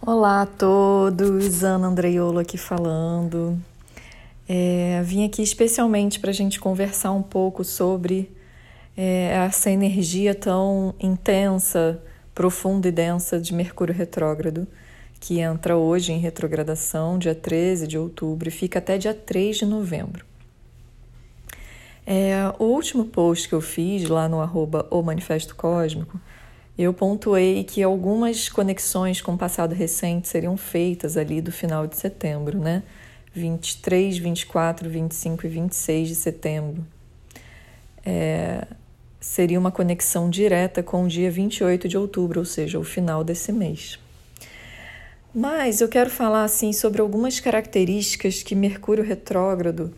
Olá a todos, Ana Andreiolo aqui falando. Vim aqui especialmente para a gente conversar um pouco sobre essa energia tão intensa, profunda e densa de Mercúrio retrógrado, que entra hoje em retrogradação, dia 13 de outubro, e fica até dia 3 de novembro. O último post que eu fiz lá no @o Manifesto Cósmico, eu pontuei que algumas conexões com o passado recente seriam feitas ali do final de setembro, né? 23, 24, 25 e 26 de setembro. Seria uma conexão direta com o dia 28 de outubro, ou seja, o final desse mês. Mas eu quero falar assim sobre algumas características que Mercúrio retrógrado,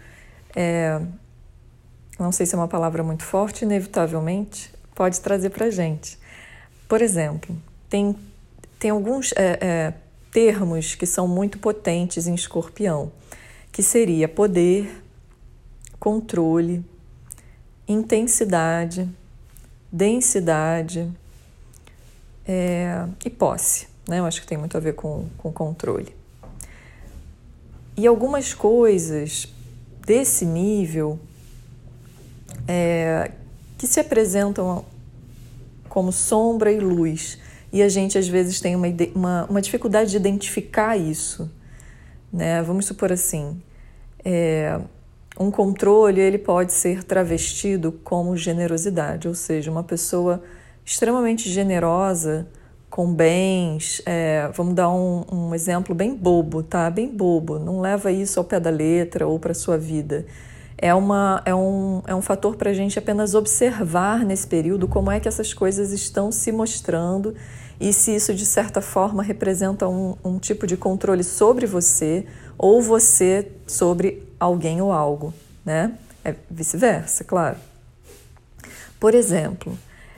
não sei se é uma palavra muito forte, inevitavelmente, pode trazer para a gente. Por exemplo, tem alguns termos que são muito potentes em Escorpião, que seria poder, controle, intensidade, densidade e posse, né? Eu acho que tem muito a ver com controle. E algumas coisas desse nível que se apresentam como sombra e luz, e a gente às vezes tem uma dificuldade de identificar isso, né? Vamos supor assim, um controle ele pode ser travestido como generosidade, ou seja, uma pessoa extremamente generosa, com bens, vamos dar um exemplo bem bobo, tá? Bem bobo, não leva isso ao pé da letra ou para a sua vida. É um fator para a gente apenas observar nesse período como é que essas coisas estão se mostrando e se isso, de certa forma, representa um tipo de controle sobre você ou você sobre alguém ou algo, né? É vice-versa, claro. Por exemplo,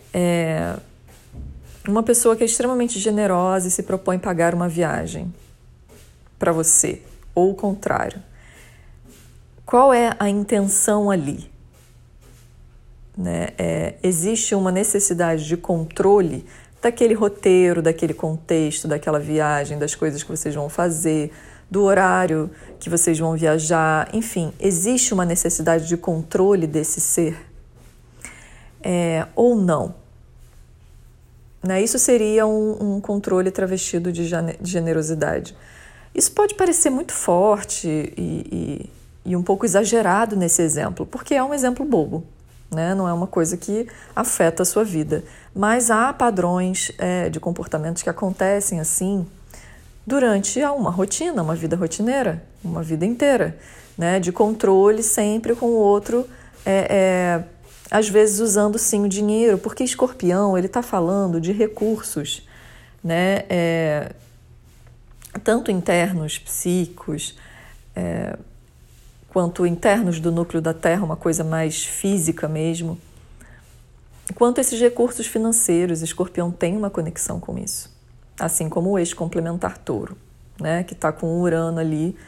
uma pessoa que é extremamente generosa e se propõe pagar uma viagem para você, ou o contrário. Qual é a intenção ali? Né? Existe uma necessidade de controle daquele roteiro, daquele contexto, daquela viagem, das coisas que vocês vão fazer, do horário que vocês vão viajar, enfim, existe uma necessidade de controle desse ser? Ou não? Né? Isso seria um controle travestido de generosidade. Isso pode parecer muito forte e um pouco exagerado nesse exemplo, porque é um exemplo bobo, né? Não é uma coisa que afeta a sua vida. Mas há padrões de comportamentos que acontecem assim durante uma rotina, uma vida rotineira, uma vida inteira, né? De controle sempre com o outro, às vezes usando sim o dinheiro, porque Escorpião ele está falando de recursos, né? Tanto internos, psíquicos, quanto internos do núcleo da Terra, uma coisa mais física mesmo, quanto esses recursos financeiros. Escorpião tem uma conexão com isso, assim como o eixo complementar Touro, né, que está com o Urano ali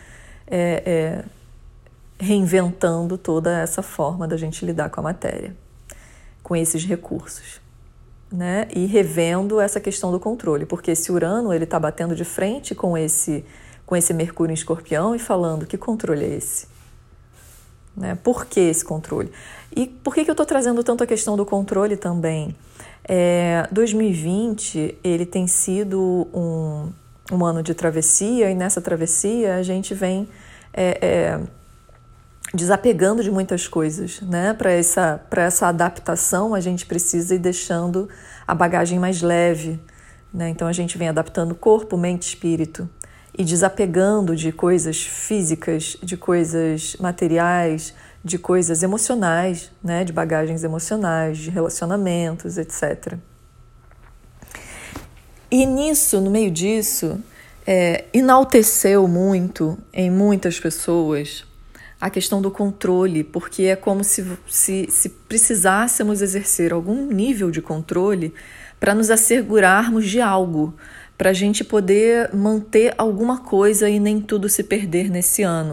reinventando toda essa forma da gente lidar com a matéria, com esses recursos, né, e revendo essa questão do controle, porque esse Urano ele está batendo de frente com esse Mercúrio em Escorpião e falando: que controle é esse? Né? Por que esse controle? E por que eu estou trazendo tanto a questão do controle também? 2020 ele tem sido um ano de travessia, e nessa travessia a gente vem desapegando de muitas coisas, né? Para essa adaptação a gente precisa ir deixando a bagagem mais leve, né? Então a gente vem adaptando corpo, mente, espírito, e desapegando de coisas físicas, de coisas materiais, de coisas emocionais, né? De bagagens emocionais, de relacionamentos, etc. E nisso, no meio disso, enalteceu muito em muitas pessoas a questão do controle, porque é como se precisássemos exercer algum nível de controle para nos assegurarmos de algo, para a gente poder manter alguma coisa e nem tudo se perder nesse ano.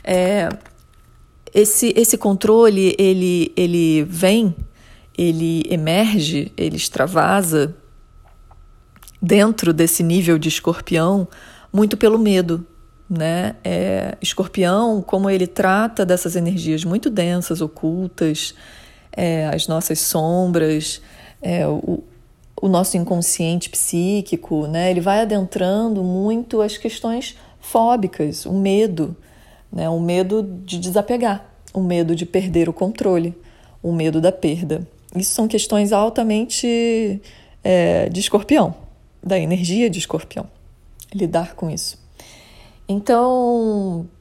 Esse controle, ele vem, ele emerge, ele extravasa dentro desse nível de Escorpião, muito pelo medo, né? Escorpião, como ele trata dessas energias muito densas, ocultas, as nossas sombras, o nosso inconsciente psíquico, né? Ele vai adentrando muito as questões fóbicas, o medo, né? O medo de desapegar, o medo de perder o controle, o medo da perda. Isso são questões altamente de Escorpião, da energia de Escorpião, lidar com isso. Então,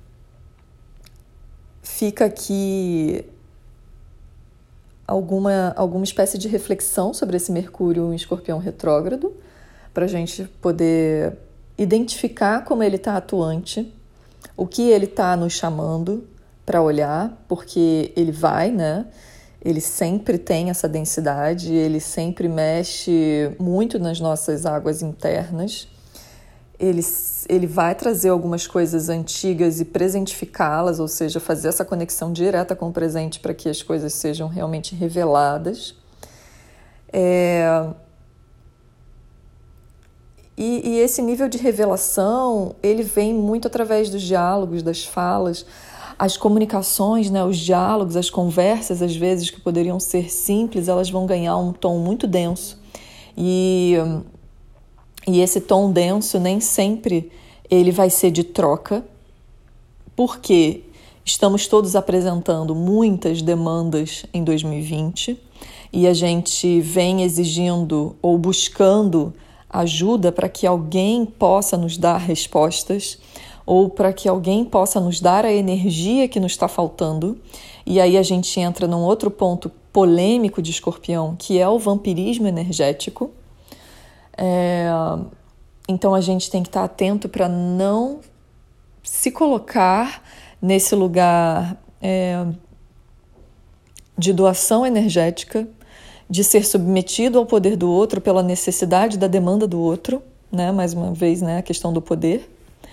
fica aqui alguma espécie de reflexão sobre esse Mercúrio em Escorpião retrógrado, para a gente poder identificar como ele está atuante, o que ele está nos chamando para olhar, porque ele vai, né? Ele sempre tem essa densidade, ele sempre mexe muito nas nossas águas internas. Ele vai trazer algumas coisas antigas e presentificá-las, ou seja, fazer essa conexão direta com o presente para que as coisas sejam realmente reveladas. E esse nível de revelação, ele vem muito através dos diálogos, das falas, as comunicações, né, os diálogos, as conversas, às vezes, que poderiam ser simples, elas vão ganhar um tom muito denso. E esse tom denso nem sempre ele vai ser de troca, porque estamos todos apresentando muitas demandas em 2020 e a gente vem exigindo ou buscando ajuda para que alguém possa nos dar respostas ou para que alguém possa nos dar a energia que nos está faltando. E aí a gente entra num outro ponto polêmico de Escorpião, que é o vampirismo energético. Então a gente tem que estar atento para não se colocar nesse lugar de doação energética, de ser submetido ao poder do outro pela necessidade da demanda do outro, né? Mais uma vez, né? A questão do poder.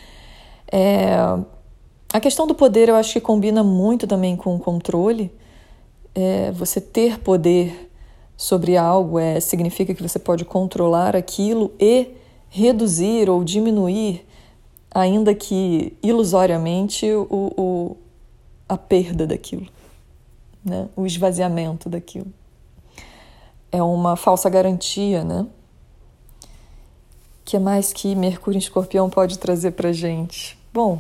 A questão do poder eu acho que combina muito também com o controle. Você ter poder sobre algo significa que você pode controlar aquilo e reduzir ou diminuir, ainda que ilusoriamente, a perda daquilo, né? O esvaziamento daquilo. É uma falsa garantia, né? O que mais que Mercúrio em Escorpião pode trazer para a gente? Bom,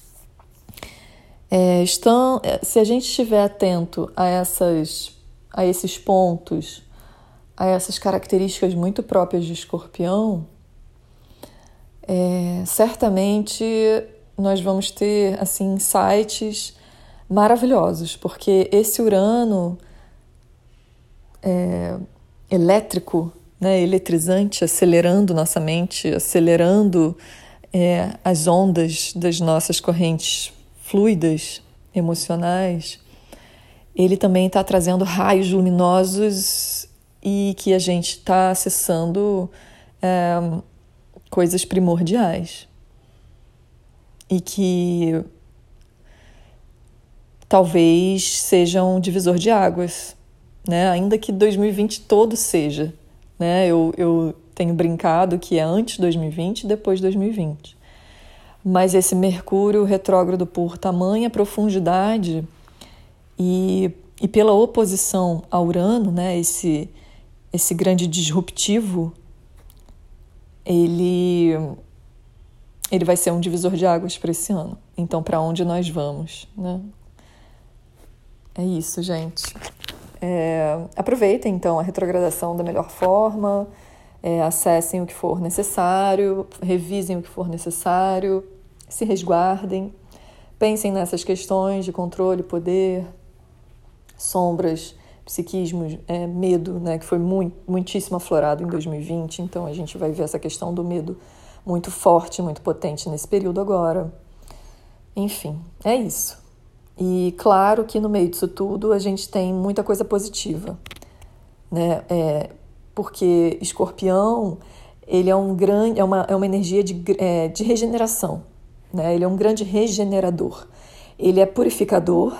se a gente estiver atento a esses pontos, a essas características muito próprias de Escorpião, certamente nós vamos ter assim, insights maravilhosos, porque esse Urano elétrico, né, eletrizante, acelerando nossa mente, acelerando as ondas das nossas correntes fluidas, emocionais, ele também está trazendo raios luminosos e que a gente está acessando coisas primordiais e que talvez sejam um divisor de águas, né? Ainda que 2020 todo seja, né? Eu tenho brincado que é antes de 2020 e depois de 2020. Mas esse Mercúrio retrógrado por tamanha profundidade e pela oposição a Urano, né? Esse grande disruptivo, ele vai ser um divisor de águas para esse ano. Então, para onde nós vamos, né? É isso, gente. Aproveitem, então, a retrogradação da melhor forma, acessem o que for necessário, revisem o que for necessário, se resguardem, pensem nessas questões de controle, poder, sombras, psiquismo, medo, né, que foi muitíssimo aflorado em 2020, então a gente vai ver essa questão do medo muito forte, muito potente nesse período agora. Enfim, é isso. E claro que no meio disso tudo a gente tem muita coisa positiva, né? Porque Escorpião, ele é uma energia de regeneração, né? Ele é um grande regenerador. Ele é purificador,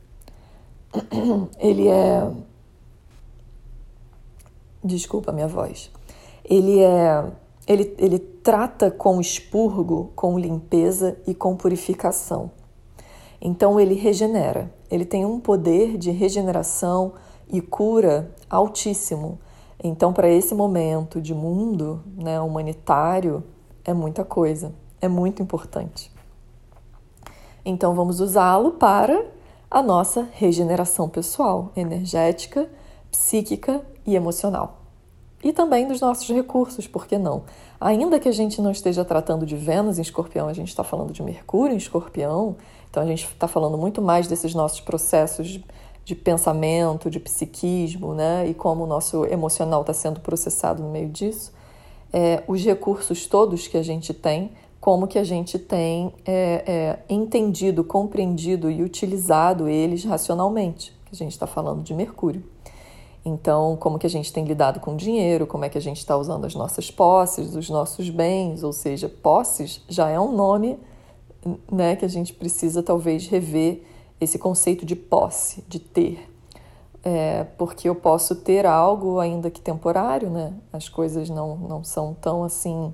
ele é... Desculpa a minha voz. Ele ele trata com expurgo, com limpeza e com purificação. Então ele regenera, ele tem um poder de regeneração e cura altíssimo. Então, para esse momento de mundo, né, humanitário, é muita coisa, é muito importante. Então vamos usá-lo para a nossa regeneração pessoal, energética, psíquica e emocional. E também dos nossos recursos, por que não? Ainda que a gente não esteja tratando de Vênus em Escorpião, a gente está falando de Mercúrio em Escorpião, então a gente está falando muito mais desses nossos processos de pensamento, de psiquismo, né? E como o nosso emocional está sendo processado no meio disso. Os recursos todos que a gente tem, como que a gente tem entendido, compreendido e utilizado eles racionalmente, que a gente está falando de Mercúrio. Então, como que a gente tem lidado com o dinheiro, como é que a gente está usando as nossas posses, os nossos bens, ou seja, posses já é um nome, né, que a gente precisa talvez rever esse conceito de posse, de ter. Porque eu posso ter algo ainda que temporário, né? As coisas não são tão assim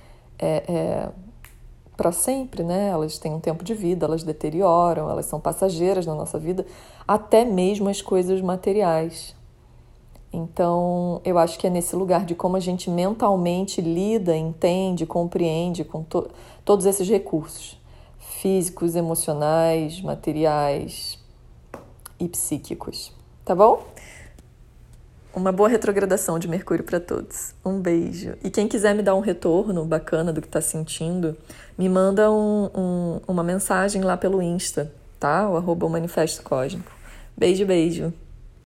para sempre, né? Elas têm um tempo de vida, elas deterioram, elas são passageiras na nossa vida, até mesmo as coisas materiais. Então, eu acho que é nesse lugar de como a gente mentalmente lida, entende, compreende com todos esses recursos físicos, emocionais, materiais e psíquicos. Tá bom? Uma boa retrogradação de Mercúrio para todos. Um beijo. E quem quiser me dar um retorno bacana do que está sentindo, me manda uma mensagem lá pelo Insta, tá? O @manifesto cósmico. Beijo, beijo.